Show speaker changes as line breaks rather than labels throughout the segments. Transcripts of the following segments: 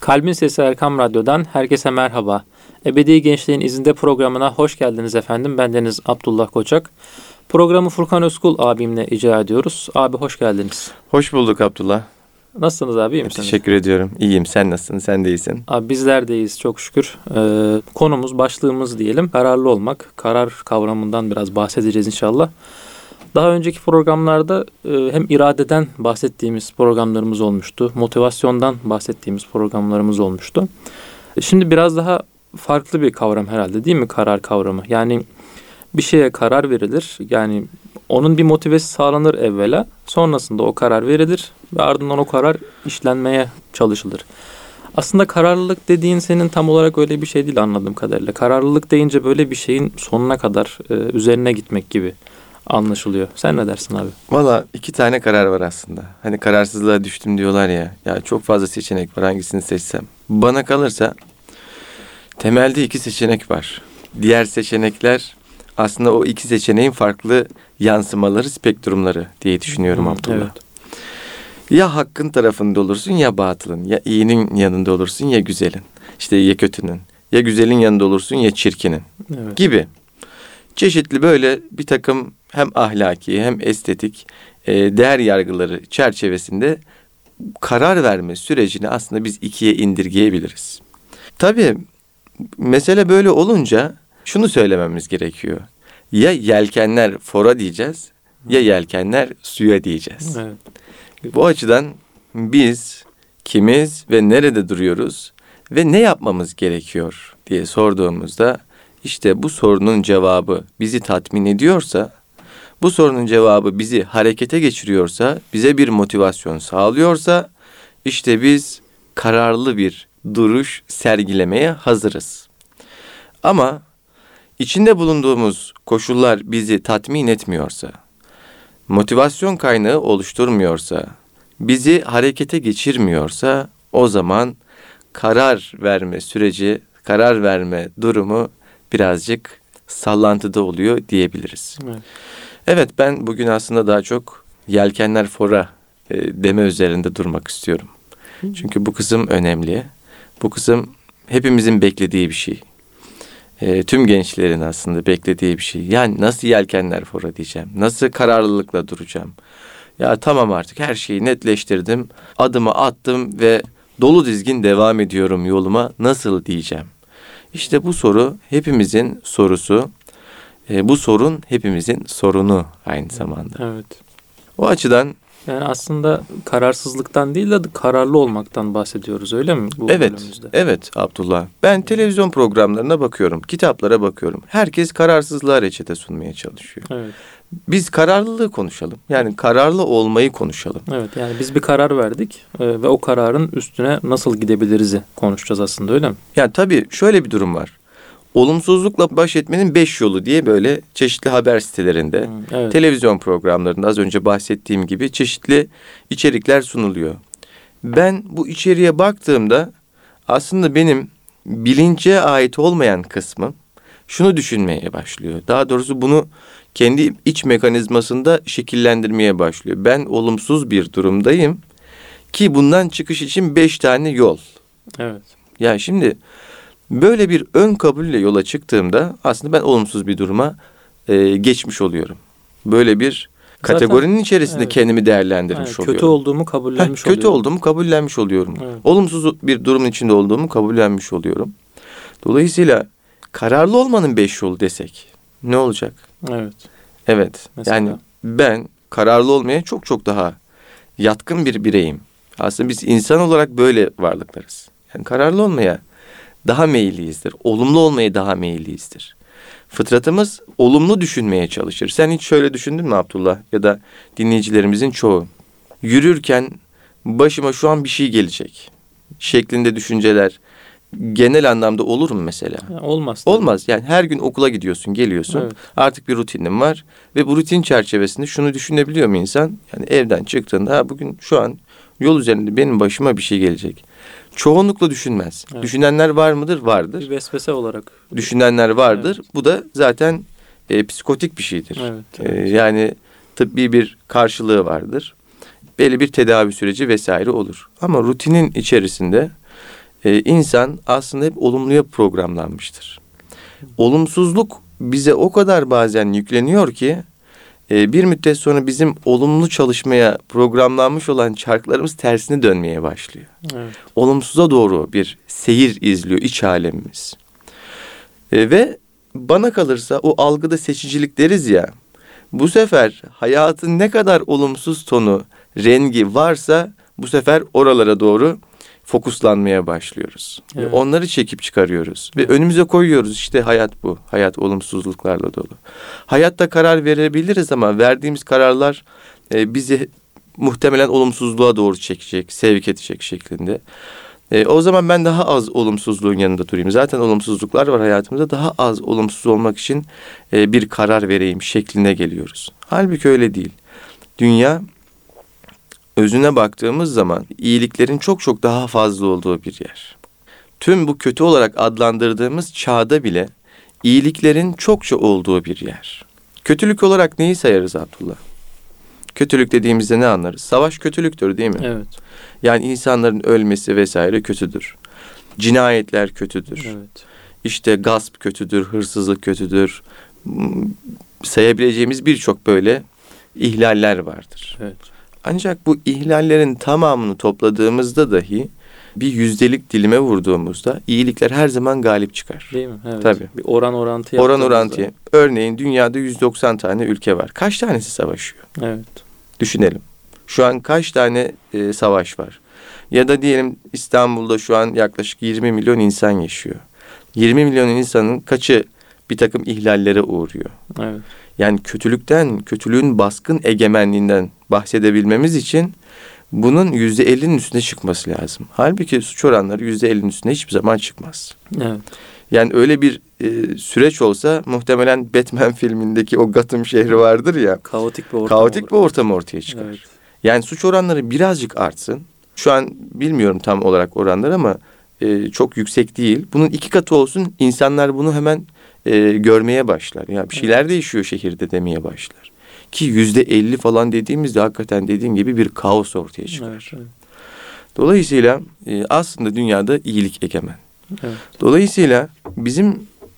Kalbin Sesi Erkam Radyo'dan herkese merhaba. Ebedi Gençliğin İzinde programına hoş geldiniz efendim. Bendeniz Abdullah Koçak. Programı Furkan Özkul abimle icra ediyoruz. Abi hoş geldiniz.
Hoş bulduk Abdullah.
Nasılsınız abi, iyi misiniz?
Teşekkür ediyorum. İyiyim. Sen nasılsın? Sen de iyisin.
Abi bizler de iyiyiz çok şükür. Konumuz, başlığımız diyelim, kararlı olmak. Karar kavramından biraz bahsedeceğiz inşallah. Daha önceki programlarda hem iradeden bahsettiğimiz programlarımız olmuştu. Motivasyondan bahsettiğimiz programlarımız olmuştu. Şimdi biraz daha farklı bir kavram herhalde, değil mi karar kavramı? Yani bir şeye karar verilir. Yani onun bir motivesi sağlanır evvela. Sonrasında o karar verilir ve ardından o karar işlenmeye çalışılır. Aslında kararlılık dediğin senin tam olarak öyle bir şey değil anladığım kadarıyla. Kararlılık deyince böyle bir şeyin sonuna kadar üzerine gitmek gibi anlaşılıyor. Sen ne dersin abi?
Valla 2 tane karar var aslında. Hani kararsızlığa düştüm diyorlar ya. Ya çok fazla seçenek var, hangisini seçsem. Bana kalırsa temelde 2 seçenek var. Diğer seçenekler aslında o 2 seçeneğin farklı yansımaları, spektrumları diye düşünüyorum Abdullah. Evet. Ya hakkın tarafında olursun ya batılın. Ya iyinin yanında olursun ya güzelin. İşte ya kötünün. Ya güzelin yanında olursun ya çirkinin. Evet. Gibi. Çeşitli böyle bir takım hem ahlaki hem estetik değer yargıları çerçevesinde karar verme sürecini aslında biz 2'ye indirgeyebiliriz. Tabii mesele böyle olunca şunu söylememiz gerekiyor. Ya yelkenler fora diyeceğiz ya yelkenler suya diyeceğiz. Evet. Bu açıdan biz kimiz ve nerede duruyoruz ve ne yapmamız gerekiyor diye sorduğumuzda işte bu sorunun cevabı bizi tatmin ediyorsa, bu sorunun cevabı bizi harekete geçiriyorsa, bize bir motivasyon sağlıyorsa işte biz kararlı bir duruş sergilemeye hazırız. Ama içinde bulunduğumuz koşullar bizi tatmin etmiyorsa, motivasyon kaynağı oluşturmuyorsa, bizi harekete geçirmiyorsa o zaman karar verme süreci, karar verme durumu birazcık sallantıda oluyor diyebiliriz. Evet, ben bugün aslında daha çok yelkenler fora deme üzerinde durmak istiyorum. Çünkü bu kısım önemli. Bu kısım hepimizin beklediği bir şey. Tüm gençlerin aslında beklediği bir şey. Yani nasıl yelkenler fora diyeceğim? Nasıl kararlılıkla duracağım? Ya tamam, artık her şeyi netleştirdim. Adımı attım ve dolu dizgin devam ediyorum yoluma. Nasıl diyeceğim? İşte bu soru hepimizin sorusu. Bu sorun hepimizin sorunu aynı zamanda.
Evet.
O açıdan
yani aslında kararsızlıktan değil de kararlı olmaktan bahsediyoruz, öyle mi? Bu bölümümüzde?
Evet Abdullah. Ben televizyon programlarına bakıyorum, kitaplara bakıyorum. Herkes kararsızlığa reçete sunmaya çalışıyor.
Evet.
Biz kararlılığı konuşalım. Yani kararlı olmayı konuşalım.
Evet, yani biz bir karar verdik ve o kararın üstüne nasıl gidebiliriz'i konuşacağız aslında, öyle mi?
Yani tabii şöyle bir durum var. Olumsuzlukla baş etmenin 5 yolu diye böyle çeşitli haber sitelerinde, evet, televizyon programlarında az önce bahsettiğim gibi çeşitli içerikler sunuluyor. Ben bu içeriğe baktığımda aslında benim bilince ait olmayan kısmım şunu düşünmeye başlıyor. Daha doğrusu bunu kendi iç mekanizmasında şekillendirmeye başlıyor. Ben olumsuz bir durumdayım ki bundan çıkış için 5 tane yol.
Evet.
Yani şimdi böyle bir ön kabulle yola çıktığımda aslında ben olumsuz bir duruma geçmiş oluyorum. Böyle bir kategorinin içerisinde evet, kendimi değerlendirmiş oluyorum.
Kötü olduğumu kabullenmiş oluyorum.
Kötü olduğumu kabullenmiş oluyorum.
Evet.
Olumsuz bir durumun içinde olduğumu kabullenmiş oluyorum. Dolayısıyla kararlı olmanın 5 yolu desek ne olacak?
Evet.
Evet.
Mesela?
Yani ben kararlı olmaya çok çok daha yatkın bir bireyim. Aslında biz insan olarak böyle varlıklarız. Yani kararlı olmaya daha meyilliyizdir. Olumlu olmaya daha meyilliyizdir. Fıtratımız olumlu düşünmeye çalışır. Sen hiç şöyle düşündün mü Abdullah? Ya da dinleyicilerimizin çoğu. Yürürken başıma şu an bir şey gelecek şeklinde düşünceler genel anlamda olur mu mesela?
Olmaz. Tabii.
Olmaz. Yani her gün okula gidiyorsun, geliyorsun. Evet. Artık bir rutinin var. Ve bu rutin çerçevesinde şunu düşünebiliyor mu insan? Yani evden çıktığında bugün şu an yol üzerinde benim başıma bir şey gelecek. Çoğunlukla düşünmez. Evet. Düşünenler var mıdır? Vardır.
Bir vesvese olarak.
Düşünenler vardır. Evet. Bu da zaten psikotik bir şeydir.
Evet.
Yani tıbbi bir karşılığı vardır. Belli bir tedavi süreci vesaire olur. Ama rutinin içerisinde İnsan aslında hep olumluya programlanmıştır. Olumsuzluk bize o kadar bazen yükleniyor ki bir müddet sonra bizim olumlu çalışmaya programlanmış olan çarklarımız tersine dönmeye başlıyor.
Evet.
Olumsuza doğru bir seyir izliyor iç alemimiz. Ve bana kalırsa o algıda seçicilik deriz ya, bu sefer hayatın ne kadar olumsuz tonu, rengi varsa bu sefer oralara doğru fokuslanmaya başlıyoruz.
Evet.
Onları çekip çıkarıyoruz ve önümüze koyuyoruz. İşte hayat bu. Hayat olumsuzluklarla dolu. Hayatta karar verebiliriz ama verdiğimiz kararlar bizi muhtemelen olumsuzluğa doğru çekecek, sevk edecek şeklinde. O zaman ben daha az olumsuzluğun yanında durayım. Zaten olumsuzluklar var hayatımızda. Daha az olumsuz olmak için bir karar vereyim şekline geliyoruz. Halbuki öyle değil. Dünya özüne baktığımız zaman iyiliklerin çok çok daha fazla olduğu bir yer. Tüm bu kötü olarak adlandırdığımız çağda bile iyiliklerin çokça olduğu bir yer. Kötülük olarak neyi sayarız Abdullah? Kötülük dediğimizde ne anlarız? Savaş kötülüktür değil mi?
Evet.
Yani insanların ölmesi vesaire kötüdür. Cinayetler kötüdür.
Evet.
İşte gasp kötüdür, hırsızlık kötüdür. Sayabileceğimiz birçok böyle ihlaller vardır.
Evet.
Ancak bu ihlallerin tamamını topladığımızda dahi bir yüzdelik dilime vurduğumuzda iyilikler her zaman galip çıkar.
Değil mi? Evet.
Tabii.
Bir oran
Orantıya. Örneğin dünyada 190 tane ülke var. Kaç tanesi savaşıyor?
Evet.
Düşünelim. Şu an kaç tane savaş var? Ya da diyelim İstanbul'da şu an yaklaşık 20 milyon insan yaşıyor. 20 milyon insanın kaçı bir takım ihlallere uğruyor?
Evet.
Yani kötülüğün baskın egemenliğinden bahsedebilmemiz için bunun %50'nin üstüne çıkması lazım. Halbuki suç oranları %50'nin üstüne hiçbir zaman çıkmaz.
Evet.
Yani öyle bir süreç olsa muhtemelen Batman filmindeki o Gotham şehri vardır ya.
Kaotik bir
ortam ortaya çıkar.
Evet.
Yani suç oranları birazcık artsın. Şu an bilmiyorum tam olarak oranlar ama çok yüksek değil. Bunun 2 katı olsun, insanlar bunu hemen görmeye başlar. Ya bir şeyler değişiyor şehirde demeye başlar. Ki %50 falan dediğimizde hakikaten dediğin gibi bir kaos ortaya çıkar.
Evet, evet.
Dolayısıyla aslında dünyada iyilik egemen.
Evet.
Dolayısıyla bizim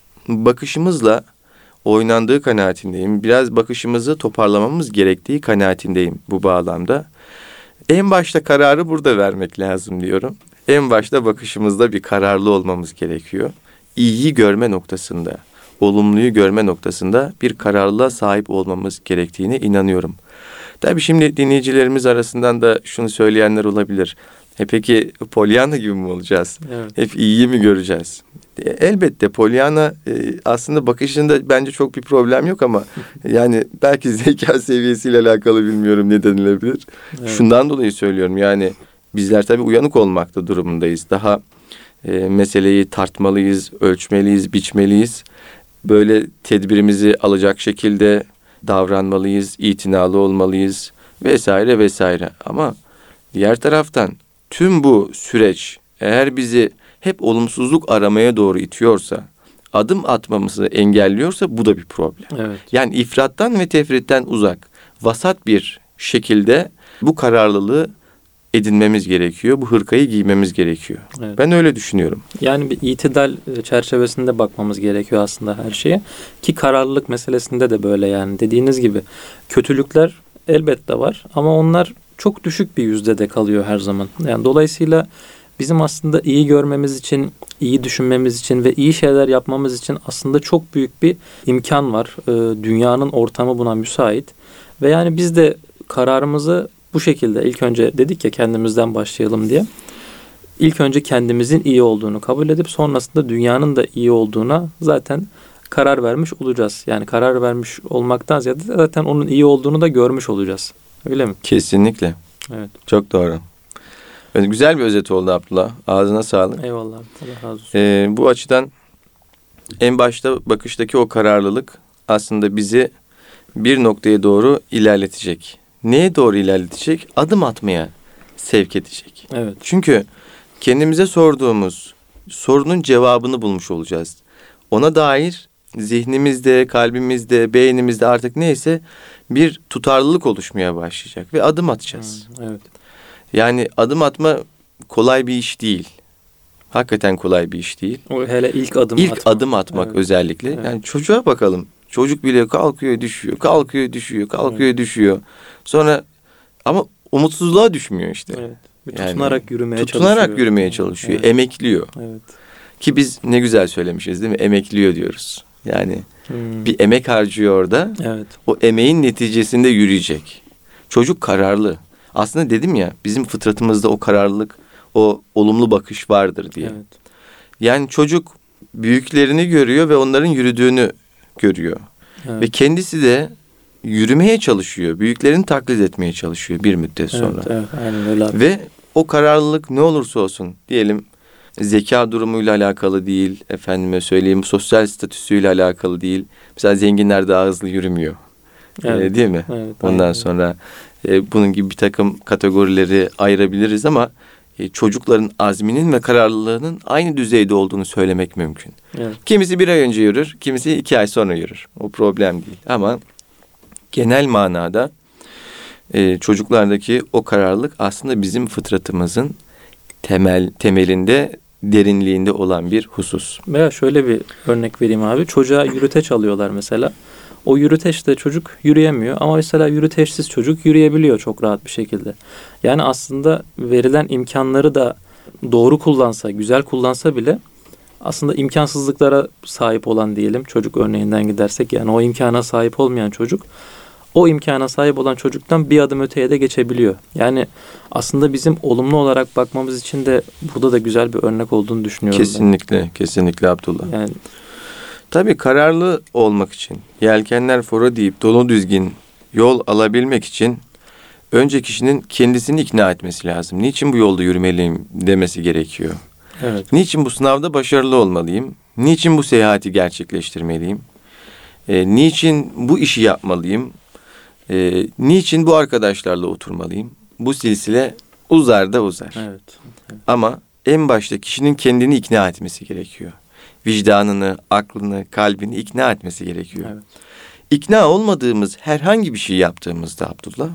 bakışımızla oynandığı kanaatindeyim. Biraz bakışımızı toparlamamız gerektiği kanaatindeyim bu bağlamda. En başta kararı burada vermek lazım diyorum. En başta bakışımızda bir kararlı olmamız gerekiyor. İyiyi görme noktasında, olumluyu görme noktasında bir kararlılığa sahip olmamız gerektiğine inanıyorum. Tabii şimdi dinleyicilerimiz arasından da şunu söyleyenler olabilir. Peki Pollyanna gibi mi olacağız?
Evet.
Hep iyiyi mi göreceğiz? Elbette Pollyanna aslında bakışında bence çok bir problem yok ama yani belki zeka seviyesiyle alakalı bilmiyorum ne denilebilir.
Evet.
Şundan dolayı söylüyorum, yani bizler tabii uyanık olmakta durumundayız. Daha meseleyi tartmalıyız, ölçmeliyiz, biçmeliyiz. Böyle tedbirimizi alacak şekilde davranmalıyız, itinalı olmalıyız vesaire vesaire. Ama diğer taraftan tüm bu süreç eğer bizi hep olumsuzluk aramaya doğru itiyorsa, adım atmamızı engelliyorsa bu da bir problem.
Evet.
Yani ifrattan ve tefritten uzak, vasat bir şekilde bu kararlılığı edinmemiz gerekiyor. Bu hırkayı giymemiz gerekiyor.
Evet.
Ben öyle düşünüyorum.
Yani bir itidal çerçevesinde bakmamız gerekiyor aslında her şeye. Ki kararlılık meselesinde de böyle, yani dediğiniz gibi kötülükler elbette var ama onlar çok düşük bir yüzdede kalıyor her zaman. Yani dolayısıyla bizim aslında iyi görmemiz için, iyi düşünmemiz için ve iyi şeyler yapmamız için aslında çok büyük bir imkan var. Dünyanın ortamı buna müsait. Ve yani biz de kararımızı bu şekilde, ilk önce dedik ya kendimizden başlayalım diye. İlk önce kendimizin iyi olduğunu kabul edip sonrasında dünyanın da iyi olduğuna zaten karar vermiş olacağız. Yani karar vermiş olmaktan ziyade zaten onun iyi olduğunu da görmüş olacağız. Öyle mi?
Kesinlikle.
Evet.
Çok doğru. Evet, güzel bir özet oldu Abdullah. Ağzına sağlık.
Eyvallah. Allah razı olsun.
Bu açıdan en başta bakıştaki o kararlılık aslında bizi bir noktaya doğru ilerletecek. Neye doğru ilerletecek? Adım atmaya sevk edecek.
Evet.
Çünkü kendimize sorduğumuz sorunun cevabını bulmuş olacağız. Ona dair zihnimizde, kalbimizde, beynimizde artık neyse bir tutarlılık oluşmaya başlayacak ve adım atacağız.
Evet.
Yani adım atma kolay bir iş değil. Hakikaten kolay bir iş değil.
O hele ilk adım
İlk
atmak.
adım atmak
Evet.
özellikle.
Evet.
Yani çocuğa bakalım. Çocuk bile kalkıyor, düşüyor, kalkıyor, düşüyor, kalkıyor, düşüyor. Sonra ama umutsuzluğa düşmüyor işte.
Evet.
Yani
Tutunarak yürümeye çalışıyor.
Tutunarak yürümeye çalışıyor.
Evet.
Emekliyor.
Evet.
Ki biz ne güzel söylemişiz değil mi? Emekliyor diyoruz. Yani bir emek harcıyor orada.
Evet.
O emeğin neticesinde yürüyecek. Çocuk kararlı. Aslında dedim ya, bizim fıtratımızda o kararlılık, o olumlu bakış vardır diye.
Evet.
Yani çocuk büyüklerini görüyor ve onların yürüdüğünü görüyor.
Evet.
Ve kendisi de yürümeye çalışıyor. Büyüklerini taklit etmeye çalışıyor bir müddet sonra.
Evet, evet, aynen öyle abi.
Ve o kararlılık ne olursa olsun, diyelim zeka durumuyla alakalı değil, efendime söyleyeyim sosyal statüsüyle alakalı değil. Mesela zenginler daha hızlı yürümüyor.
Evet.
Değil mi?
Evet,
Ondan
aynen.
sonra bunun gibi bir takım kategorileri ayırabiliriz ama çocukların azminin ve kararlılığının aynı düzeyde olduğunu söylemek mümkün.
Evet.
Kimisi bir ay önce yürür, kimisi 2 ay sonra yürür. O problem değil. Ama genel manada çocuklardaki o kararlılık aslında bizim fıtratımızın temelinde, derinliğinde olan bir husus.
Veya şöyle bir örnek vereyim abi. Çocuğa yürüteç alıyorlar mesela. O yürüteçte çocuk yürüyemiyor ama mesela yürüteçsiz çocuk yürüyebiliyor çok rahat bir şekilde. Yani aslında verilen imkanları da doğru kullansa, güzel kullansa bile aslında imkansızlıklara sahip olan diyelim çocuk örneğinden gidersek, yani o imkana sahip olmayan çocuk o imkana sahip olan çocuktan bir adım öteye de geçebiliyor. Yani aslında bizim olumlu olarak bakmamız için de burada da güzel bir örnek olduğunu düşünüyorum.
Kesinlikle, kesinlikle Abdullah.
Yani
Tabii kararlı olmak için, yelkenler fora deyip dolu düzgün yol alabilmek için önce kişinin kendisini ikna etmesi lazım. Niçin bu yolda yürümeliyim demesi gerekiyor.
evet.
Niçin bu sınavda başarılı olmalıyım? Niçin bu seyahati gerçekleştirmeliyim? Niçin bu işi yapmalıyım? Niçin bu arkadaşlarla oturmalıyım? Bu silsile uzar da uzar.
Evet.
Ama en başta kişinin kendini ikna etmesi gerekiyor. Vicdanını, aklını, kalbini ikna etmesi gerekiyor.
Evet.
İkna olmadığımız herhangi bir şey yaptığımızda Abdullah,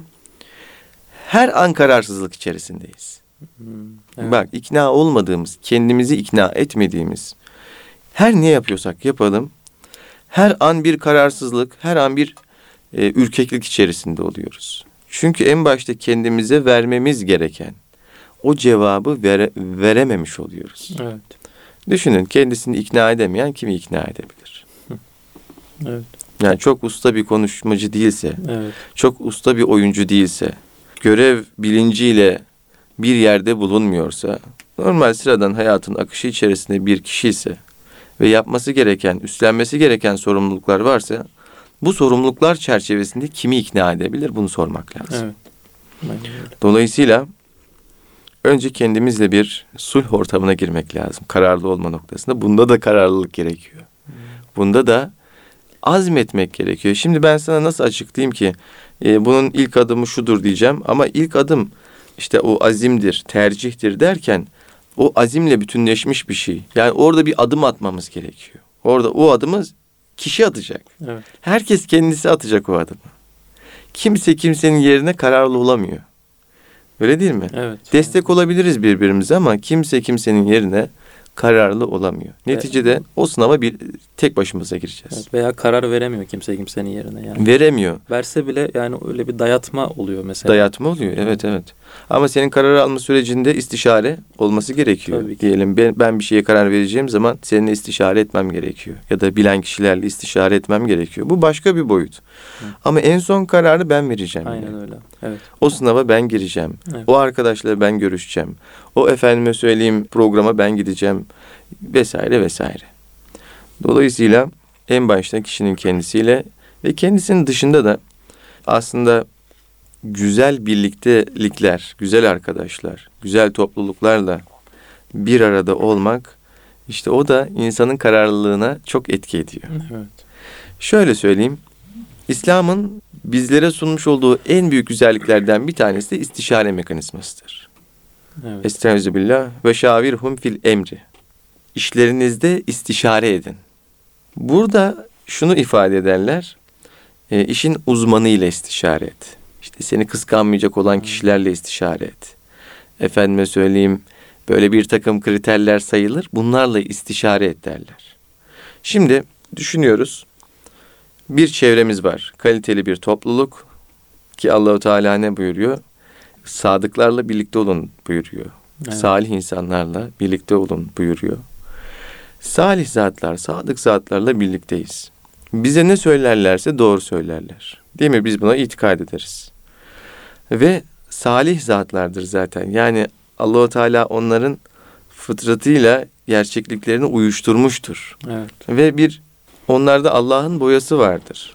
her an kararsızlık içerisindeyiz.
Evet.
Bak, ikna olmadığımız, kendimizi ikna etmediğimiz her ne yapıyorsak yapalım, her an bir kararsızlık, her an bir ürkeklik içerisinde oluyoruz. Çünkü en başta kendimize vermemiz gereken o cevabı verememiş oluyoruz.
Evet.
Düşünün, kendisini ikna edemeyen kimi ikna edebilir?
Evet.
Yani çok usta bir konuşmacı değilse,
Evet.
çok usta bir oyuncu değilse, görev bilinciyle bir yerde bulunmuyorsa, normal sıradan hayatın akışı içerisinde bir kişi ise ve yapması gereken, üstlenmesi gereken sorumluluklar varsa, bu sorumluluklar çerçevesinde kimi ikna edebilir? Bunu sormak lazım.
Evet. Aynen öyle.
Dolayısıyla önce kendimizle bir sulh ortamına girmek lazım. Kararlı olma noktasında. Bunda da kararlılık gerekiyor. Bunda da azmetmek gerekiyor. Şimdi ben sana nasıl açıklayayım ki bunun ilk adımı şudur diyeceğim. Ama ilk adım işte o azimdir, tercihtir derken o azimle bütünleşmiş bir şey. Yani orada bir adım atmamız gerekiyor. Orada o adımı kişi atacak.
Evet.
Herkes kendisi atacak o adımı. Kimse kimsenin yerine kararlı olamıyor. Öyle değil mi?
Evet.
Destek olabiliriz birbirimize ama kimse kimsenin yerine kararlı olamıyor. Neticede o sınava tek başımıza gireceğiz.
Evet. Veya karar veremiyor kimse kimsenin yerine yani.
Veremiyor.
Verse bile yani öyle bir dayatma oluyor mesela.
Dayatma oluyor. Evet, evet. Ama senin karar alma sürecinde istişare olması gerekiyor.
Tabii ki.
Diyelim ben bir şeye karar vereceğim zaman seninle istişare etmem gerekiyor. Ya da bilen kişilerle istişare etmem gerekiyor. Bu başka bir boyut.
Hı.
Ama en son kararı ben vereceğim.
Aynen
yani.
öyle. Evet.
O sınava ben gireceğim.
Evet.
O arkadaşla ben görüşeceğim. O efendime söyleyeyim programa ben gideceğim. Vesaire vesaire. Dolayısıyla en başta kişinin kendisiyle ve kendisinin dışında da aslında güzel birliktelikler, güzel arkadaşlar, güzel topluluklarla bir arada olmak, işte o da insanın kararlılığına çok etki ediyor.
Evet.
Şöyle söyleyeyim, İslam'ın bizlere sunmuş olduğu en büyük güzelliklerden bir tanesi de istişare mekanizmasıdır.
Evet.
Estağfirullah ve şavirhum fil emri. İşlerinizde istişare edin. Burada şunu ifade ederler, işin uzmanıyla istişare et. İşte seni kıskanmayacak olan kişilerle istişare et. Efendime söyleyeyim, Böyle bir takım kriterler sayılır. Bunlarla istişare et derler. Şimdi düşünüyoruz. Bir çevremiz var. Kaliteli bir topluluk ki Allahu Teala ne buyuruyor? Sadıklarla birlikte olun buyuruyor. Evet. Salih insanlarla birlikte olun buyuruyor. Salih zatlar, sadık zatlarla birlikteyiz. Bize ne söylerlerse doğru söylerler. Değil mi? Biz buna itikad ederiz. Ve salih zatlardır zaten. Yani Allah-u Teala onların fıtratıyla gerçekliklerini uyuşturmuştur.
Evet.
Ve onlarda Allah'ın boyası vardır.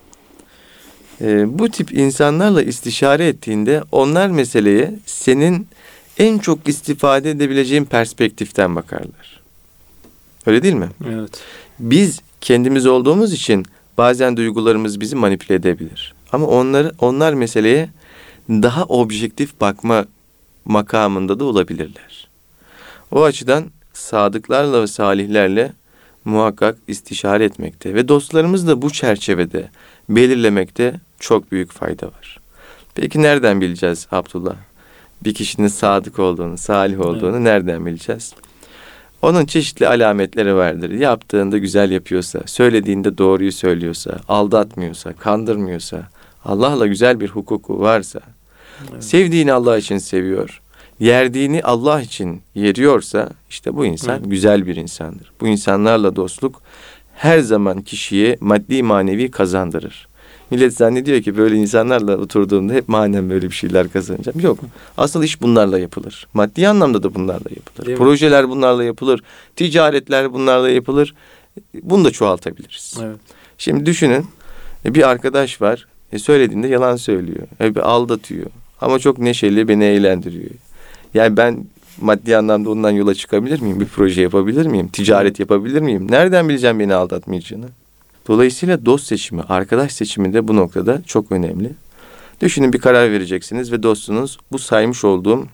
Bu tip insanlarla istişare ettiğinde onlar meseleye senin en çok istifade edebileceğin perspektiften bakarlar. Öyle değil mi?
Evet.
Biz kendimiz olduğumuz için bazen duygularımız bizi manipüle edebilir. Ama onlar meseleye daha objektif bakma makamında da olabilirler. O açıdan sadıklarla ve salihlerle muhakkak istişare etmekte ve dostlarımızı da bu çerçevede belirlemekte çok büyük fayda var. Peki nereden bileceğiz Abdullah? Bir kişinin sadık olduğunu, salih olduğunu nereden bileceğiz? Onun çeşitli alametleri vardır. Yaptığında güzel yapıyorsa, söylediğinde doğruyu söylüyorsa, aldatmıyorsa, kandırmıyorsa, Allah'la güzel bir hukuku varsa, sevdiğini Allah için seviyor, yerdiğini Allah için yeriyorsa, işte bu insan güzel bir insandır. Bu insanlarla dostluk her zaman kişiye maddi manevi kazandırır. Millet zannediyor ki böyle insanlarla oturduğumda hep manen böyle bir şeyler kazanacağım. Yok. Asıl iş bunlarla yapılır. Maddi anlamda da bunlarla yapılır.
Değil
Projeler bunlarla yapılır. Ticaretler bunlarla yapılır. Bunu da çoğaltabiliriz.
Evet.
Şimdi düşünün. Bir arkadaş var. Söylediğinde yalan söylüyor. Aldatıyor. Ama çok neşeli, beni eğlendiriyor. Yani ben maddi anlamda ondan yola çıkabilir miyim? Bir proje yapabilir miyim? Ticaret yapabilir miyim? Nereden bileceğim beni aldatmayacağını? Dolayısıyla dost seçimi, arkadaş seçimi de bu noktada çok önemli. Düşünün, bir karar vereceksiniz ve dostunuz bu saymış olduğum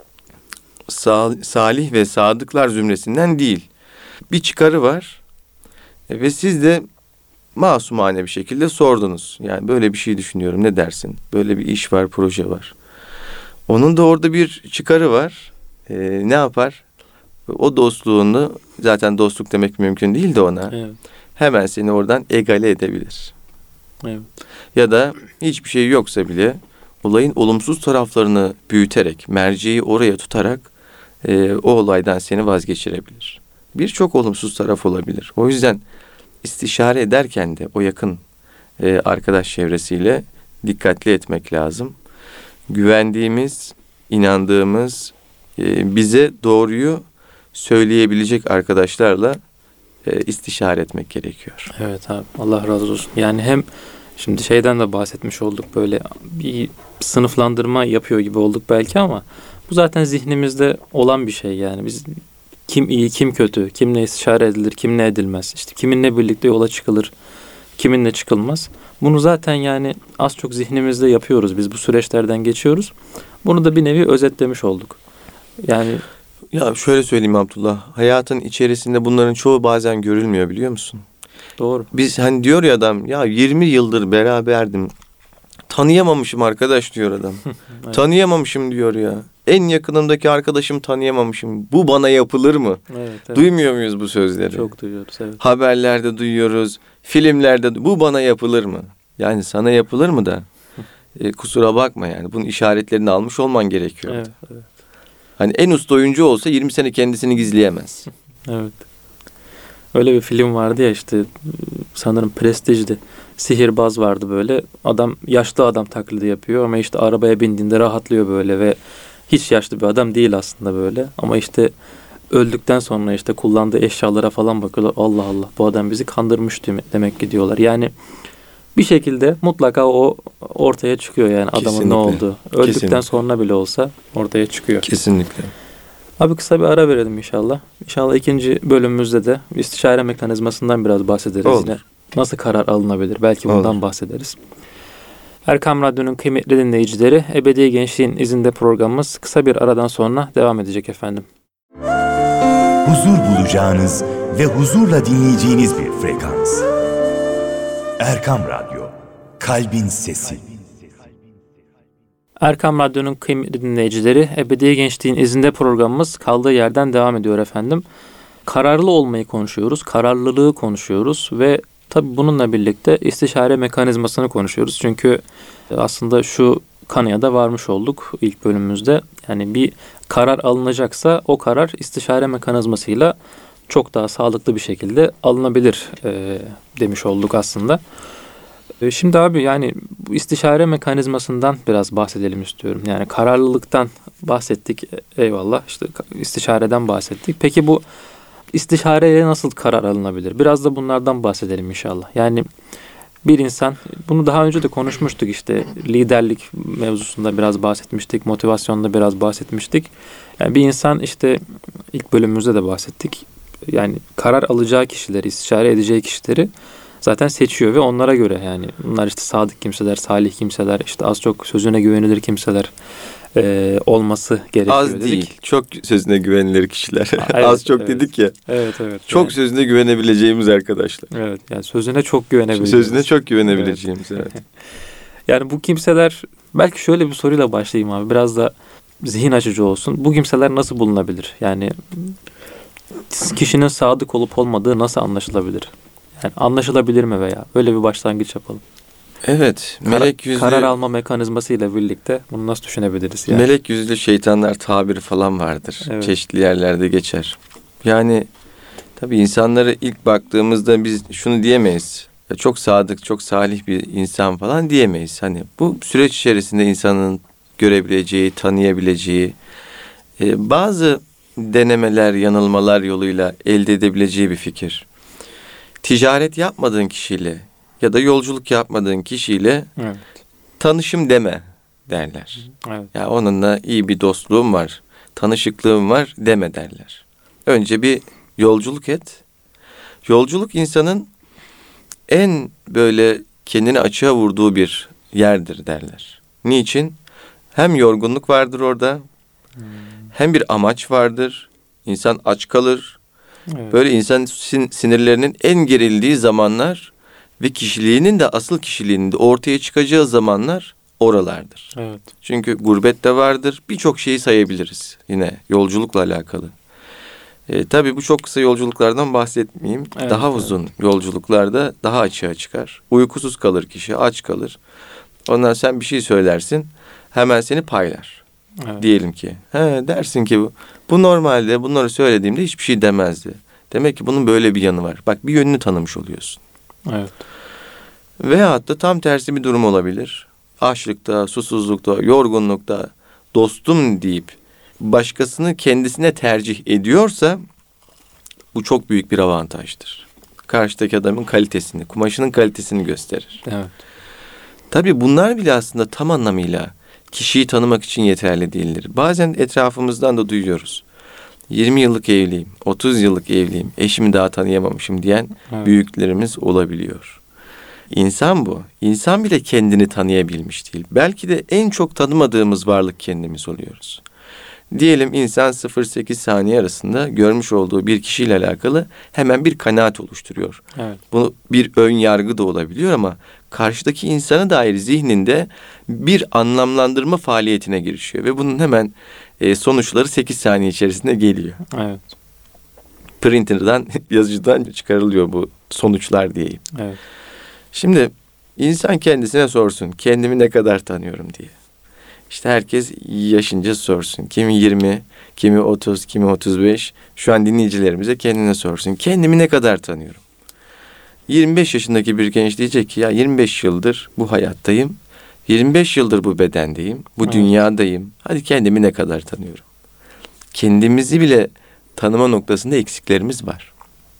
salih ve sadıklar zümresinden değil. Bir çıkarı var ve siz de masumane bir şekilde sordunuz. Yani böyle bir şey düşünüyorum, ne dersin? Böyle bir iş var, proje var. Onun da orada bir çıkarı var. Ne yapar? O dostluğunu, zaten dostluk demek mümkün değil de ona.
Evet.
Hemen seni oradan egale edebilir.
Evet.
Ya da hiçbir şey yoksa bile olayın olumsuz taraflarını büyüterek, merceği oraya tutarak o olaydan seni vazgeçirebilir. Birçok olumsuz taraf olabilir. O yüzden istişare ederken de o yakın arkadaş çevresiyle dikkatli etmek lazım. Güvendiğimiz, inandığımız, bize doğruyu söyleyebilecek arkadaşlarla istişare etmek gerekiyor.
Evet abi, Allah razı olsun. Yani hem şimdi şeyden de bahsetmiş olduk, böyle bir sınıflandırma yapıyor gibi olduk belki ama bu zaten zihnimizde olan bir şey yani. Biz kim iyi, kim kötü, kimle istişare edilir, kimle edilmez, işte kiminle birlikte yola çıkılır, kiminle çıkılmaz. Bunu zaten yani az çok zihnimizde yapıyoruz. Biz bu süreçlerden geçiyoruz. Bunu da bir nevi özetlemiş olduk. Yani
ya şöyle söyleyeyim Abdullah, hayatın içerisinde bunların çoğu bazen görülmüyor, biliyor musun?
Doğru.
Biz hani diyor ya adam, ya 20 yıldır beraberdim, tanıyamamışım arkadaş diyor adam. Evet. Tanıyamamışım diyor ya. En yakınımdaki arkadaşım tanıyamamışım. Bu bana yapılır mı?
Evet.
Duymuyor muyuz bu sözleri?
Çok duyuyoruz, evet.
Haberlerde duyuyoruz, filmlerde, bu bana yapılır mı? Yani sana yapılır mı da? Kusura bakma yani. Bunun işaretlerini almış olman gerekiyor.
Evet, evet.
Hani en usta oyuncu olsa 20 sene kendisini gizleyemez.
Evet. Öyle bir film vardı ya, işte sanırım Prestige'di. Sihirbaz vardı böyle. Adam, yaşlı adam taklidi yapıyor ama işte arabaya bindiğinde rahatlıyor böyle ve hiç yaşlı bir adam değil aslında böyle. Ama işte öldükten sonra işte kullandığı eşyalara falan bakıyorlar. Allah Allah, bu adam bizi kandırmış demek ki diyorlar. Yani bir şekilde mutlaka o ortaya çıkıyor yani, adamın
Kesinlikle.
ne olduğu. Öldükten
Kesinlikle.
sonra bile olsa ortaya çıkıyor.
Kesinlikle.
Abi kısa bir ara verelim inşallah. İnşallah ikinci bölümümüzde de istişare mekanizmasından biraz bahsederiz.
Olur.
Yine nasıl karar alınabilir? Belki bundan
Olur.
bahsederiz. Erkam Radyo'nun kıymetli dinleyicileri, Ebedi Gençliğin izinde programımız kısa bir aradan sonra devam edecek efendim.
Huzur bulacağınız ve huzurla dinleyeceğiniz bir frekans. Erkam Radyo, Kalbin Sesi.
Erkam Radyo'nun kıymetli dinleyicileri, Ebedi Gençliğin İzinde programımız kaldığı yerden devam ediyor efendim. Kararlı olmayı konuşuyoruz, kararlılığı konuşuyoruz ve tabii bununla birlikte istişare mekanizmasını konuşuyoruz. Çünkü aslında şu kanıya da varmış olduk ilk bölümümüzde. Yani bir karar alınacaksa o karar istişare mekanizmasıyla çok daha sağlıklı bir şekilde alınabilir demiş olduk aslında. Şimdi abi yani bu istişare mekanizmasından biraz bahsedelim istiyorum. Yani kararlılıktan bahsettik, eyvallah, işte istişareden bahsettik. Peki bu istişareyle nasıl karar alınabilir? Biraz da bunlardan bahsedelim inşallah. Yani bir insan, bunu daha önce de konuşmuştuk, işte liderlik mevzusunda biraz bahsetmiştik, motivasyonda biraz bahsetmiştik. Yani bir insan, işte ilk bölümümüzde de bahsettik. Yani karar alacağı kişileri, istişare edeceği kişileri zaten seçiyor ve onlara göre, yani bunlar işte sadık kimseler, salih kimseler, işte az çok sözüne güvenilir kimseler olması gerekiyor
Az
dedik.
değil, çok sözüne güvenilir kişiler.
Evet,
Az çok
evet.
dedik ya.
Evet.
Çok
yani,
sözüne güvenebileceğimiz arkadaşlar.
evet, yani sözüne çok güvenebiliriz.
Sözüne çok güvenebileceğimiz, evet.
Yani bu kimseler, belki şöyle bir soruyla başlayayım abi, biraz da zihin açıcı olsun. Bu kimseler nasıl bulunabilir? Yani kişinin sadık olup olmadığı nasıl anlaşılabilir? Yani anlaşılabilir mi veya? Böyle bir başlangıç yapalım.
Evet, melek yüzlü...
Karar alma mekanizmasıyla birlikte bunu nasıl düşünebiliriz? Yani?
Melek yüzlü şeytanlar tabiri falan vardır.
Evet.
Çeşitli yerlerde geçer. Yani tabii insanlara ilk baktığımızda biz şunu diyemeyiz. Ya çok sadık, çok salih bir insan falan diyemeyiz. Hani bu süreç içerisinde insanın görebileceği, tanıyabileceği, bazı denemeler, yanılmalar yoluyla elde edebileceği bir fikir. Ticaret yapmadığın kişiyle ya da yolculuk yapmadığın kişiyle
Evet.
tanışım deme derler.
Evet.
Ya onunla iyi bir dostluğum var, tanışıklığım var deme derler. Önce bir yolculuk et. Yolculuk insanın en böyle kendini açığa vurduğu bir yerdir derler. Niçin? Hem yorgunluk vardır orada, hem bir amaç vardır. İnsan aç kalır.
Evet.
Böyle insan sinirlerinin en gerildiği zamanlar ve kişiliğinin de asıl kişiliğinin de ortaya çıkacağı zamanlar oralardır.
Evet.
Çünkü gurbet de vardır. Birçok şeyi sayabiliriz yine yolculukla alakalı. Tabii bu çok kısa yolculuklardan bahsetmeyeyim.
Evet,
daha
evet.
uzun yolculuklarda daha açığa çıkar. Uykusuz kalır kişi, aç kalır. Ondan sen bir şey söylersin, hemen seni paylar.
Evet.
Diyelim ki. Dersin ki bu normalde bunları söylediğimde hiçbir şey demezdi. Demek ki bunun böyle bir yanı var. Bak, bir yönünü tanımış oluyorsun.
Evet.
Veyahut da tam tersi bir durum olabilir. Açlıkta, susuzlukta, yorgunlukta dostum deyip başkasını kendisine tercih ediyorsa bu çok büyük bir avantajdır. Karşıdaki adamın kalitesini, kumaşının kalitesini gösterir.
Evet.
Tabii bunlar bile aslında tam anlamıyla kişiyi tanımak için yeterli değildir. Bazen etrafımızdan da duyuyoruz. 20 yıllık evliyim, 30 yıllık evliyim, eşimi daha tanıyamamışım diyen
Evet.
büyüklerimiz olabiliyor. İnsan bu. İnsan bile kendini tanıyabilmiş değil. Belki de en çok tanımadığımız varlık kendimiz oluyoruz. Diyelim insan 0-8 saniye arasında görmüş olduğu bir kişiyle alakalı hemen bir kanaat oluşturuyor.
Evet.
Bu bir ön yargı da olabiliyor ama karşıdaki insana dair zihninde bir anlamlandırma faaliyetine girişiyor. Ve bunun hemen sonuçları 8 saniye içerisinde geliyor.
Evet.
Printer'dan, yazıcıdan çıkarılıyor bu sonuçlar diyeyim.
Evet.
Şimdi insan kendisine sorsun, kendimi ne kadar tanıyorum diye. İşte herkes yaşınca sorsun. Kimi 20, kimi 30, kimi 35. Şu an dinleyicilerimize kendine sorsun. Kendimi ne kadar tanıyorum? 25 yaşındaki bir genç diyecek ki ya 25 yıldır bu hayattayım. 25 yıldır bu bedendeyim. Bu
Evet.
dünyadayım. Hadi kendimi ne kadar tanıyorum? Kendimizi bile tanıma noktasında eksiklerimiz var.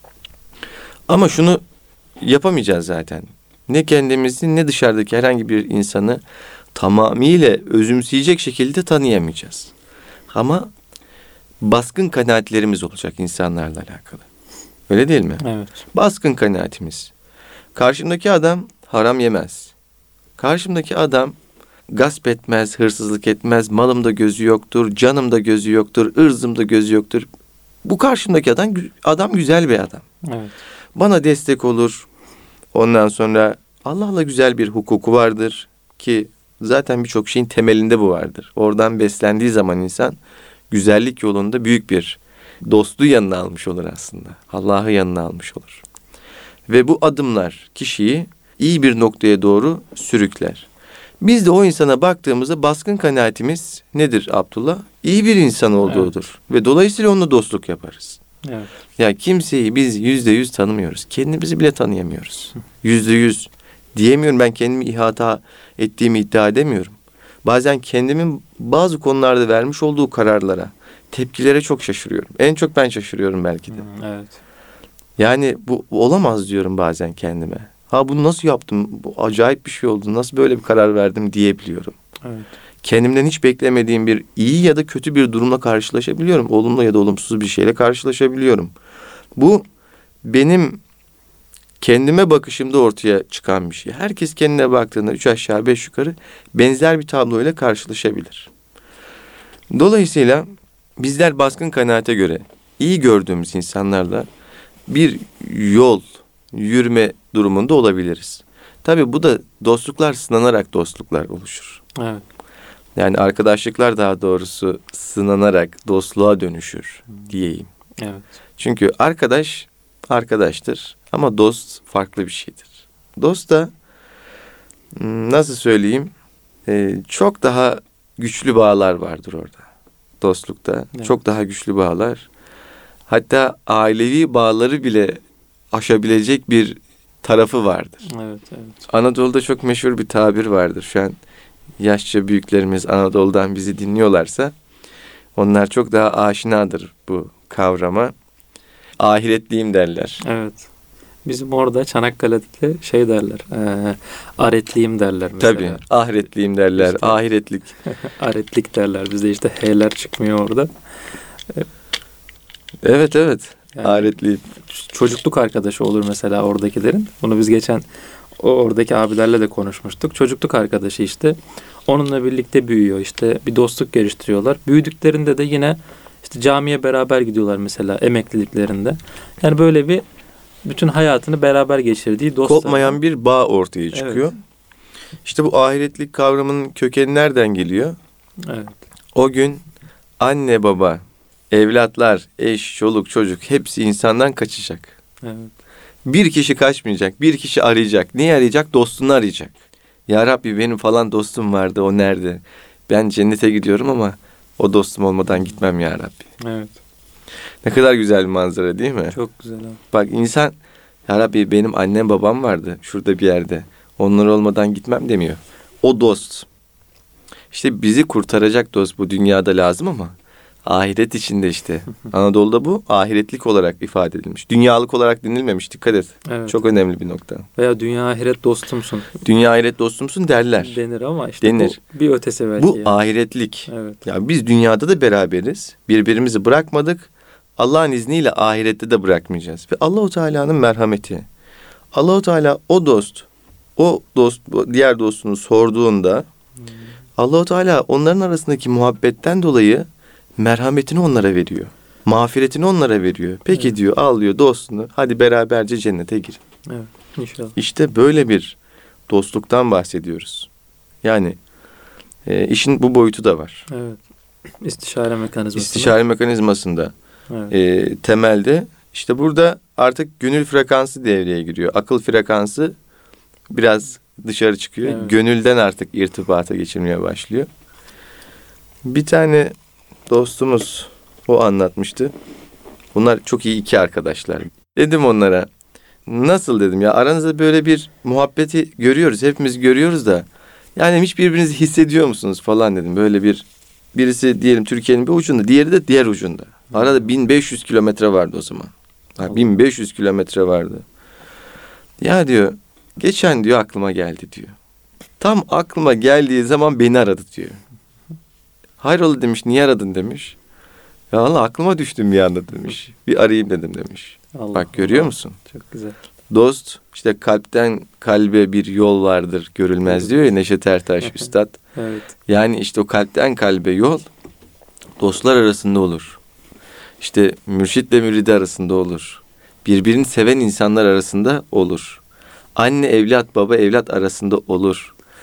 Ama şunu yapamayacağız zaten. Ne kendimizi ne dışarıdaki herhangi bir insanı tamamıyla özümseyecek şekilde tanıyamayacağız. Ama baskın kanaatlerimiz olacak insanlarla alakalı. Öyle değil mi?
Evet.
Baskın kanaatimiz. Karşımdaki adam haram yemez. Karşımdaki adam gasp etmez, hırsızlık etmez, malımda gözü yoktur, canımda gözü yoktur, ırzımda gözü yoktur. Bu karşımdaki adam güzel bir adam.
Evet.
Bana destek olur. Ondan sonra Allah'la güzel bir hukuku vardır ki Zaten birçok şeyin temelinde bu vardır. Oradan beslendiği zaman insan güzellik yolunda büyük bir dostluğu yanına almış olur aslında. Allah'ı yanına almış olur. Ve bu adımlar kişiyi iyi bir noktaya doğru sürükler. Biz de o insana baktığımızda baskın kanaatimiz nedir Abdullah? İyi bir insan olduğudur. Ve dolayısıyla onunla dostluk yaparız.
Evet.
Ya kimseyi biz %100 tanımıyoruz. Kendimizi bile tanıyamıyoruz. %100 diyemiyorum, ben kendimi ihata ettiğimi iddia edemiyorum. Bazen kendimin bazı konularda vermiş olduğu kararlara, tepkilere çok şaşırıyorum. En çok ben şaşırıyorum belki de.
Evet.
Yani bu olamaz diyorum bazen kendime. Ha bunu nasıl yaptım? Bu acayip bir şey oldu. Nasıl böyle bir karar verdim diyebiliyorum.
Evet.
Kendimden hiç beklemediğim bir iyi ya da kötü bir durumla karşılaşabiliyorum. Olumlu ya da olumsuz bir şeyle karşılaşabiliyorum. Bu benim kendime bakışımda ortaya çıkan bir şey. Herkes kendine baktığında 3 aşağı 5 yukarı benzer bir tabloyla karşılaşabilir. Dolayısıyla bizler baskın kanaate göre iyi gördüğümüz insanlarla bir yol yürüme durumunda olabiliriz. Tabii bu da dostluklar sınanarak dostluklar oluşur.
Evet.
Yani arkadaşlıklar daha doğrusu sınanarak dostluğa dönüşür diyeyim.
Evet.
Çünkü arkadaş arkadaştır ama dost farklı bir şeydir. Dost da nasıl söyleyeyim, çok daha güçlü bağlar vardır orada. Dostlukta çok daha güçlü bağlar. Hatta ailevi bağları bile aşabilecek bir tarafı vardır.
Evet, evet.
Anadolu'da çok meşhur bir tabir vardır. Şu an yaşça büyüklerimiz Anadolu'dan bizi dinliyorlarsa onlar çok daha aşinadır bu kavrama. Ahiretliyim derler.
Evet. Bizim orada Çanakkale'de şey derler. Aretliyim derler mesela.
Tabii. Ahiretliyim derler.
İşte.
Ahiretlik.
Aretlik derler. Bizde işte H'ler çıkmıyor orada.
Evet, evet.
Yani,
ahiretliyim.
Çocukluk arkadaşı olur mesela oradakilerin. Bunu biz geçen oradaki abilerle de konuşmuştuk. Çocukluk arkadaşı işte. Onunla birlikte büyüyor işte. Bir dostluk geliştiriyorlar. Büyüdüklerinde de yine işte camiye beraber gidiyorlar mesela emekliliklerinde. Yani böyle bir bütün hayatını beraber geçirdiği dostlar.
Kopmayan bir bağ ortaya çıkıyor. Evet. İşte bu ahiretlik kavramının kökeni nereden geliyor?
Evet.
O gün anne baba, evlatlar, eş, çoluk, çocuk hepsi insandan kaçacak.
Evet.
Bir kişi kaçmayacak, bir kişi arayacak. Niye arayacak? Dostunu arayacak. Ya Rabbi benim falan dostum vardı, o nerede? Ben cennete gidiyorum ama o dostum olmadan gitmem ya Rabbi.
Evet.
Ne kadar güzel bir manzara değil mi?
Çok güzel abi.
Bak insan, ya Rabbi benim annem babam vardı şurada bir yerde. Onlar olmadan gitmem demiyor. O dost. İşte bizi kurtaracak dost bu dünyada lazım ama ahiret içinde işte. Anadolu'da bu ahiretlik olarak ifade edilmiş. Dünyalık olarak denilmemiş, dikkat et.
Evet.
Çok önemli bir nokta.
Veya dünya ahiret dostumsun.
Dünya ahiret dostumsun derler.
Denir ama işte
denir.
Bu bir ötesi belki.
Bu
yani.
ahiretlik.
Evet.
Ya biz dünyada da beraberiz. Birbirimizi bırakmadık. Allah'ın izniyle ahirette de bırakmayacağız. Ve Allahu Teala'nın merhameti. Allahu Teala o dost, diğer dostunu sorduğunda Allahu Teala onların arasındaki muhabbetten dolayı merhametini onlara veriyor. Mağfiretini onlara veriyor. Peki evet. diyor, al diyor dostunu. Hadi beraberce cennete girin.
Evet, inşallah.
İşte böyle bir dostluktan bahsediyoruz. Yani işin bu boyutu da var.
Evet. İstişare mekanizması.
İstişare mekanizmasında
evet.
Temelde işte burada artık gönül frekansı devreye giriyor. Akıl frekansı biraz dışarı çıkıyor. Evet. Gönülden artık irtibata geçirmeye başlıyor. Bir tane dostumuz o anlatmıştı. Bunlar çok iyi iki arkadaşlar. Dedim onlara, nasıl dedim ya, aranızda böyle bir muhabbeti görüyoruz. Hepimiz görüyoruz da yani hiç birbirinizi hissediyor musunuz falan dedim. Böyle birisi diyelim Türkiye'nin bir ucunda, diğeri de diğer ucunda. Arada 1500 kilometre vardı o zaman. 1500 kilometre vardı. Ya diyor, geçen diyor aklıma geldi diyor. Tam aklıma geldiği zaman beni aradı diyor. Hayrola demiş, niye aradın demiş. Ya Allah aklıma düştüm bir anda demiş. Bir arayayım dedim demiş.
Allah,
bak görüyor musun?
Çok güzel.
Dost işte kalpten kalbe bir yol vardır görülmez diyor ya Neşet Ertaş Üstad.
Evet.
Yani işte o kalpten kalbe yol dostlar arasında olur. İşte mürşitle müridi arasında olur. Birbirini seven insanlar arasında olur. Anne evlat, baba evlat arasında olur.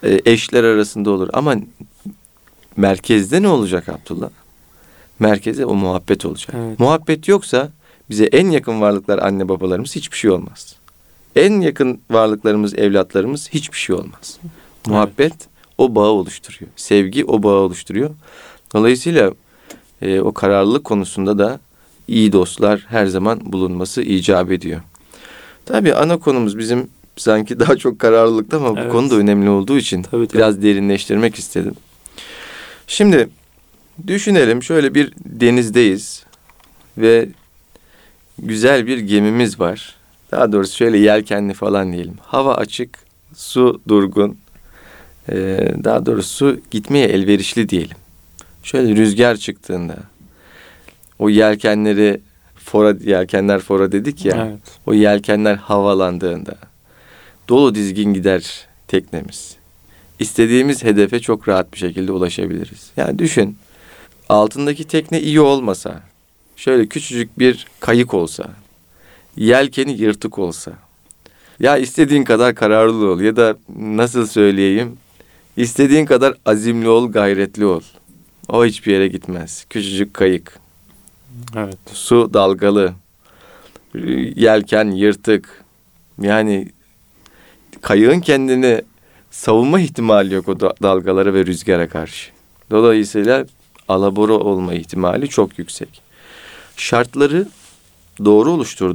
eşler arasında olur. Ama merkezde ne olacak Abdullah? Merkezde o muhabbet olacak.
Evet.
Muhabbet yoksa bize en yakın varlıklar anne babalarımız, hiçbir şey olmaz. En yakın varlıklarımız evlatlarımız, hiçbir şey olmaz. Muhabbet o bağı oluşturuyor. Sevgi o bağı oluşturuyor. Dolayısıyla o kararlılık konusunda da iyi dostlar her zaman bulunması icap ediyor. Tabii ana konumuz bizim sanki daha çok kararlılıkta ama bu konu da önemli olduğu için
tabii.
biraz derinleştirmek istedim. Şimdi düşünelim, şöyle bir denizdeyiz ve güzel bir gemimiz var. Daha doğrusu şöyle yelkenli falan diyelim. Hava açık, su durgun. Daha doğrusu gitmeye elverişli diyelim. Şöyle rüzgar çıktığında o yelkenler fora dedik ya.
Evet.
O yelkenler havalandığında dolu dizgin gider teknemiz. İstediğimiz hedefe çok rahat bir şekilde ulaşabiliriz. Yani düşün, altındaki tekne iyi olmasa, şöyle küçücük bir kayık olsa, yelkeni yırtık olsa, ya istediğin kadar kararlı ol ya da nasıl söyleyeyim, istediğin kadar azimli ol, gayretli ol. O hiçbir yere gitmez. Küçücük kayık.
Evet.
Su dalgalı. Yelken yırtık. Yani kayığın kendini savunma ihtimali yok o dalgalara ve rüzgara karşı. Dolayısıyla alabora olma ihtimali çok yüksek. Şartları doğru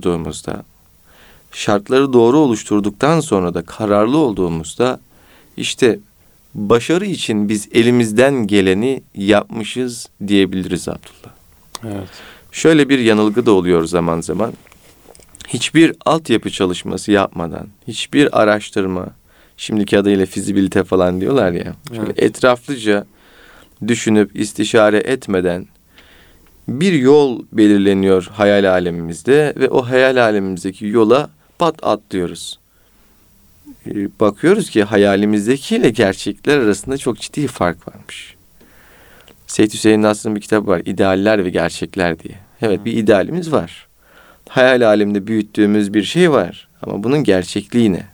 oluşturduktan sonra da kararlı olduğumuzda işte başarı için biz elimizden geleni yapmışız diyebiliriz Abdullah.
Evet.
Şöyle bir yanılgı da oluyor zaman zaman. Hiçbir altyapı çalışması yapmadan, hiçbir araştırma, şimdiki adıyla fizibilite falan diyorlar ya. Şöyle etraflıca düşünüp istişare etmeden bir yol belirleniyor hayal alemimizde ve o hayal alemimizdeki yola atlıyoruz. Bakıyoruz ki hayalimizdekiyle gerçekler arasında çok ciddi fark varmış. Seyyid Hüseyin Nasr'ın bir kitabı var, İdealler ve Gerçekler diye. Evet, bir idealimiz var. Hayal aleminde büyüttüğümüz bir şey var. Ama bunun gerçekliği ne?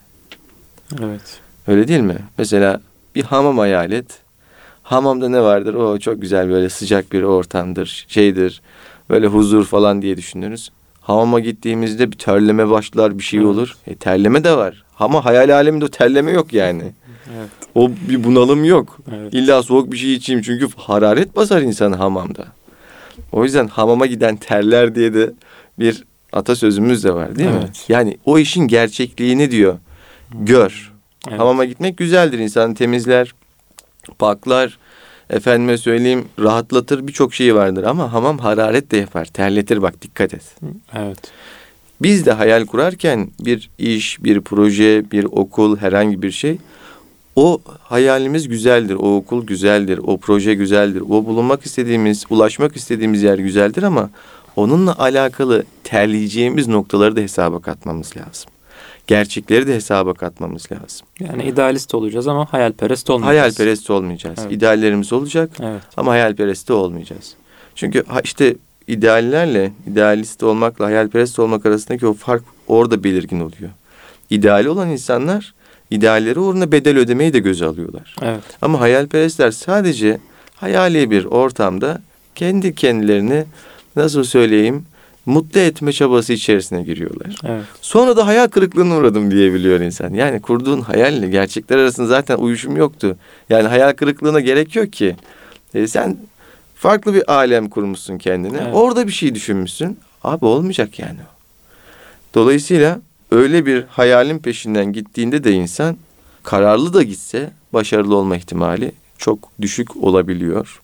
Evet.
Öyle değil mi? Mesela bir hamam hayal et. Hamamda ne vardır? O çok güzel, böyle sıcak bir ortamdır, şeydir. Böyle huzur falan diye düşünürüz. Hamama gittiğimizde bir terleme başlar, bir şey olur. Terleme de var. Ama hayal aleminde o terleme yok yani.
Evet.
O bir bunalım yok.
Evet.
İlla soğuk bir şey içeyim çünkü hararet basar insanı hamamda. O yüzden hamama giden terler diye de bir atasözümüz de var değil mi? Yani o işin gerçekliğini diyor. Gör.
Evet.
Hamama gitmek güzeldir. İnsanı temizler, paklar, efendime söyleyeyim rahatlatır, birçok şeyi vardır. Ama hamam hararet de yapar, terletir, bak dikkat et.
Evet.
Biz de hayal kurarken bir iş, bir proje, bir okul, herhangi bir şey, o hayalimiz güzeldir, o okul güzeldir, o proje güzeldir, o bulunmak istediğimiz, ulaşmak istediğimiz yer güzeldir ama onunla alakalı terleyeceğimiz noktaları da hesaba katmamız lazım. Gerçekleri de hesaba katmamız lazım.
Yani idealist olacağız ama hayalperest olmayacağız.
Hayalperest olmayacağız.
Evet.
İdeallerimiz olacak ama hayalperest de olmayacağız. Çünkü işte ideallerle, idealist olmakla hayalperest olmak arasındaki o fark orada belirgin oluyor. İdeali olan insanlar idealleri uğruna bedel ödemeyi de göze alıyorlar.
Evet.
Ama hayalperestler sadece hayali bir ortamda kendi kendilerini nasıl söyleyeyim mutlu etme çabası içerisine giriyorlar.
Evet.
Sonra da hayal kırıklığına uğradım diyebiliyor insan. Yani kurduğun hayalle gerçekler arasında zaten uyuşum yoktu. Yani hayal kırıklığına gerek yok ki. Sen farklı bir alem kurmuşsun kendine.
Evet.
Orada bir şey düşünmüşsün. Abi olmayacak yani. Dolayısıyla öyle bir hayalin peşinden gittiğinde de insan kararlı da gitse başarılı olma ihtimali çok düşük olabiliyor.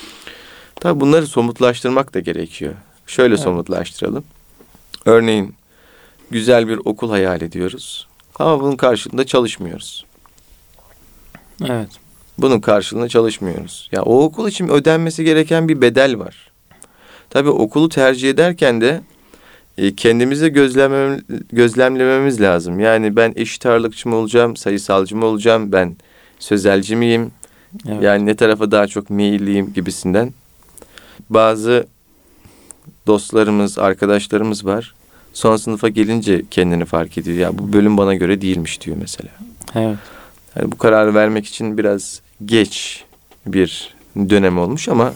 Tabii bunları somutlaştırmak da gerekiyor. Şöyle somutlaştıralım. Örneğin güzel bir okul hayal ediyoruz. Ama bunun karşılığında çalışmıyoruz.
Evet.
Bunun karşılığında çalışmıyoruz. Ya o okul için ödenmesi gereken bir bedel var. Tabii okulu tercih ederken de kendimize gözlemlememiz lazım. Yani ben eşit ağırlıkçı mı olacağım, sayısalcı mı olacağım, ben sözelci miyim?
Evet.
Yani ne tarafa daha çok meyilliyim gibisinden. Bazı dostlarımız, arkadaşlarımız var. Son sınıfa gelince kendini fark ediyor. Ya bu bölüm bana göre değilmiş diyor mesela.
Evet.
Yani bu kararı vermek için biraz geç bir dönem olmuş ama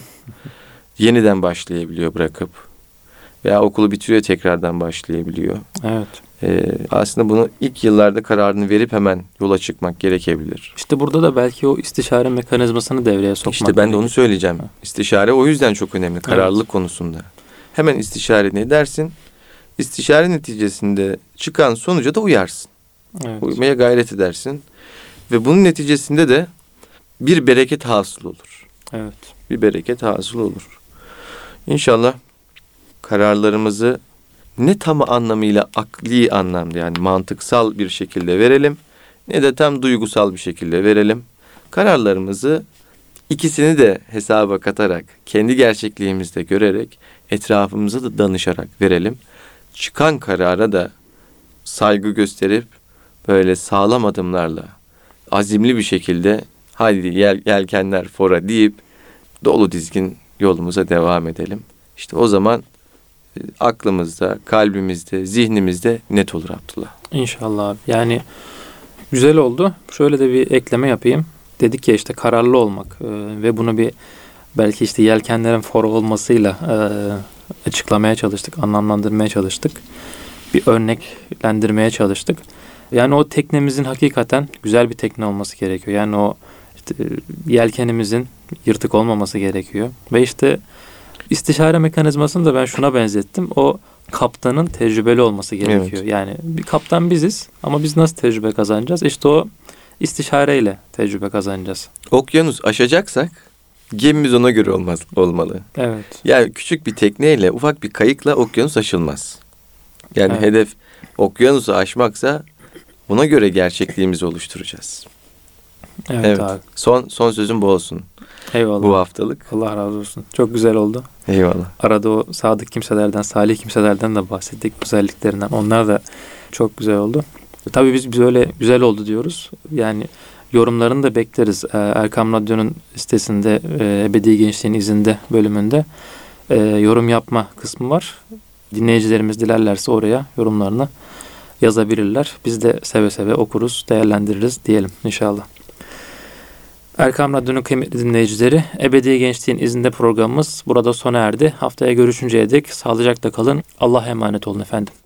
yeniden başlayabiliyor bırakıp. Veya okulu bitiriyor, tekrardan başlayabiliyor.
Evet.
Aslında bunu ilk yıllarda kararını verip hemen yola çıkmak gerekebilir.
İşte burada da belki o istişare mekanizmasını devreye sokmak.
İşte ben de onu söyleyeceğim. İstişare o yüzden çok önemli kararlılık
Evet.
konusunda. Hemen istişare edersin. İstişare neticesinde çıkan sonuca da uyarsın.
Evet.
Uymaya gayret edersin. Ve bunun neticesinde de bir bereket hasıl olur.
Evet.
Bir bereket hasıl olur. İnşallah kararlarımızı ne tam anlamıyla akli anlamda, yani mantıksal bir şekilde verelim, ne de tam duygusal bir şekilde verelim. Kararlarımızı ikisini de hesaba katarak, kendi gerçekliğimizde görerek, etrafımıza da danışarak verelim. Çıkan karara da saygı gösterip böyle sağlam adımlarla, azimli bir şekilde haydi yelkenler fora deyip dolu dizgin yolumuza devam edelim. İşte o zaman aklımızda, kalbimizde, zihnimizde net olur Abdullah.
İnşallah abi. Yani güzel oldu. Şöyle de bir ekleme yapayım. Dedik ya işte kararlı olmak ve bunu bir belki işte yelkenlerin fora olmasıyla açıklamaya çalıştık, anlamlandırmaya çalıştık. Bir örneklendirmeye çalıştık. Yani o teknemizin hakikaten güzel bir tekne olması gerekiyor. Yani o işte yelkenimizin yırtık olmaması gerekiyor. Ve işte istişare mekanizmasını da ben şuna benzettim. O kaptanın tecrübeli olması gerekiyor.
Evet.
Yani bir kaptan biziz ama biz nasıl tecrübe kazanacağız? İşte o istişareyle tecrübe kazanacağız.
Okyanus aşacaksak gemimiz ona göre olmalı.
Evet.
Yani küçük bir tekneyle, ufak bir kayıkla okyanus aşılmaz. Yani
Evet.
hedef okyanusu aşmaksa buna göre gerçekliğimizi oluşturacağız.
Evet abi.
Son sözüm bu olsun.
Eyvallah.
Bu haftalık.
Allah razı olsun. Çok güzel oldu.
Eyvallah.
Arada o sadık kimselerden, salih kimselerden de bahsettik, özelliklerinden. Onlar da çok güzel oldu. Tabii biz öyle güzel oldu diyoruz. Yani yorumlarını da bekleriz. Erkam Radyo'nun sitesinde Ebedi Gençliğin İzinde bölümünde yorum yapma kısmı var. Dinleyicilerimiz dilerlerse oraya yorumlarını yazabilirler. Biz de seve seve okuruz, değerlendiririz diyelim inşallah. Erkam Radyo'nun kıymetli dinleyicileri, Ebedi Gençliğin İzinde programımız burada sona erdi. Haftaya görüşünceye dek sağlıcakla kalın. Allah'a emanet olun efendim.